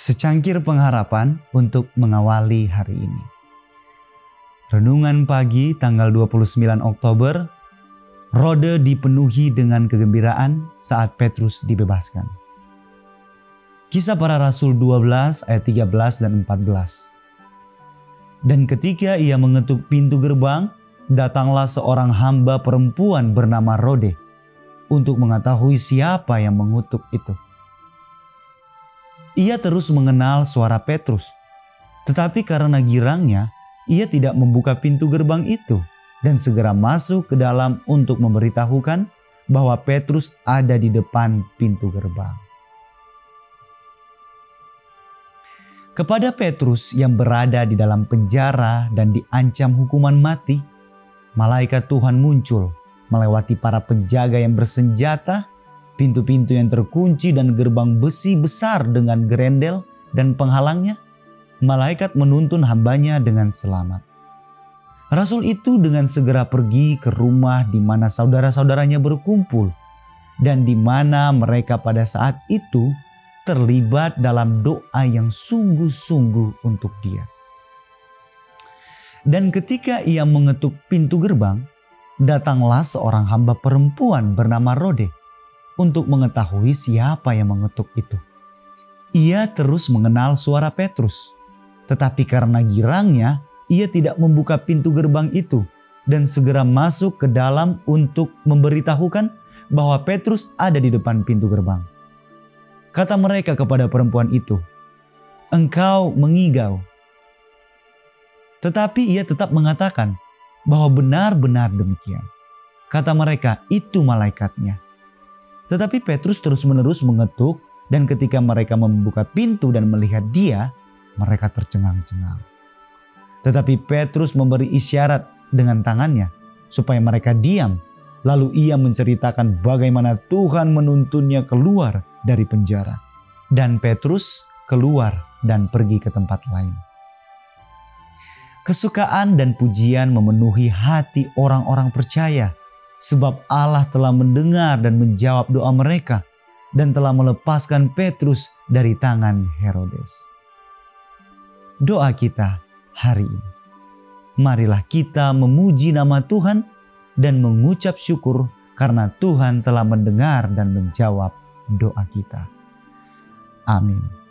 Secangkir pengharapan untuk mengawali hari ini. Renungan pagi tanggal 29 Oktober, Rode dipenuhi dengan kegembiraan saat Petrus dibebaskan. Kisah Para Rasul 12 ayat 13 dan 14. Dan ketika ia mengetuk pintu gerbang, datanglah seorang hamba perempuan bernama Rode untuk mengetahui siapa yang mengutuk itu. Ia terus mengenal suara Petrus, tetapi karena girangnya, ia tidak membuka pintu gerbang itu dan segera masuk ke dalam untuk memberitahukan bahwa Petrus ada di depan pintu gerbang. Kepada Petrus yang berada di dalam penjara dan diancam hukuman mati, malaikat Tuhan muncul melewati para penjaga yang bersenjata, pintu-pintu yang terkunci dan gerbang besi besar dengan gerendel dan penghalangnya. Malaikat menuntun hambanya dengan selamat. Rasul itu dengan segera pergi ke rumah di mana saudara-saudaranya berkumpul dan di mana mereka pada saat itu terlibat dalam doa yang sungguh-sungguh untuk dia. Dan ketika ia mengetuk pintu gerbang, datanglah seorang hamba perempuan bernama Rode untuk mengetahui siapa yang mengetuk itu. Ia terus mengenal suara Petrus, tetapi karena girangnya, ia tidak membuka pintu gerbang itu dan segera masuk ke dalam untuk memberitahukan bahwa Petrus ada di depan pintu gerbang. Kata mereka kepada perempuan itu, "Engkau mengigau." Tetapi ia tetap mengatakan bahwa benar-benar demikian. Kata mereka, "Itu malaikatnya." Tetapi Petrus terus-menerus mengetuk dan ketika mereka membuka pintu dan melihat dia, mereka tercengang-cengang. Tetapi Petrus memberi isyarat dengan tangannya supaya mereka diam. Lalu ia menceritakan bagaimana Tuhan menuntunnya keluar dari penjara. Dan Petrus keluar dan pergi ke tempat lain. Kesukaan dan pujian memenuhi hati orang-orang percaya. Sebab Allah telah mendengar dan menjawab doa mereka dan telah melepaskan Petrus dari tangan Herodes. Doa kita hari ini. Marilah kita memuji nama Tuhan dan mengucap syukur karena Tuhan telah mendengar dan menjawab doa kita. Amin.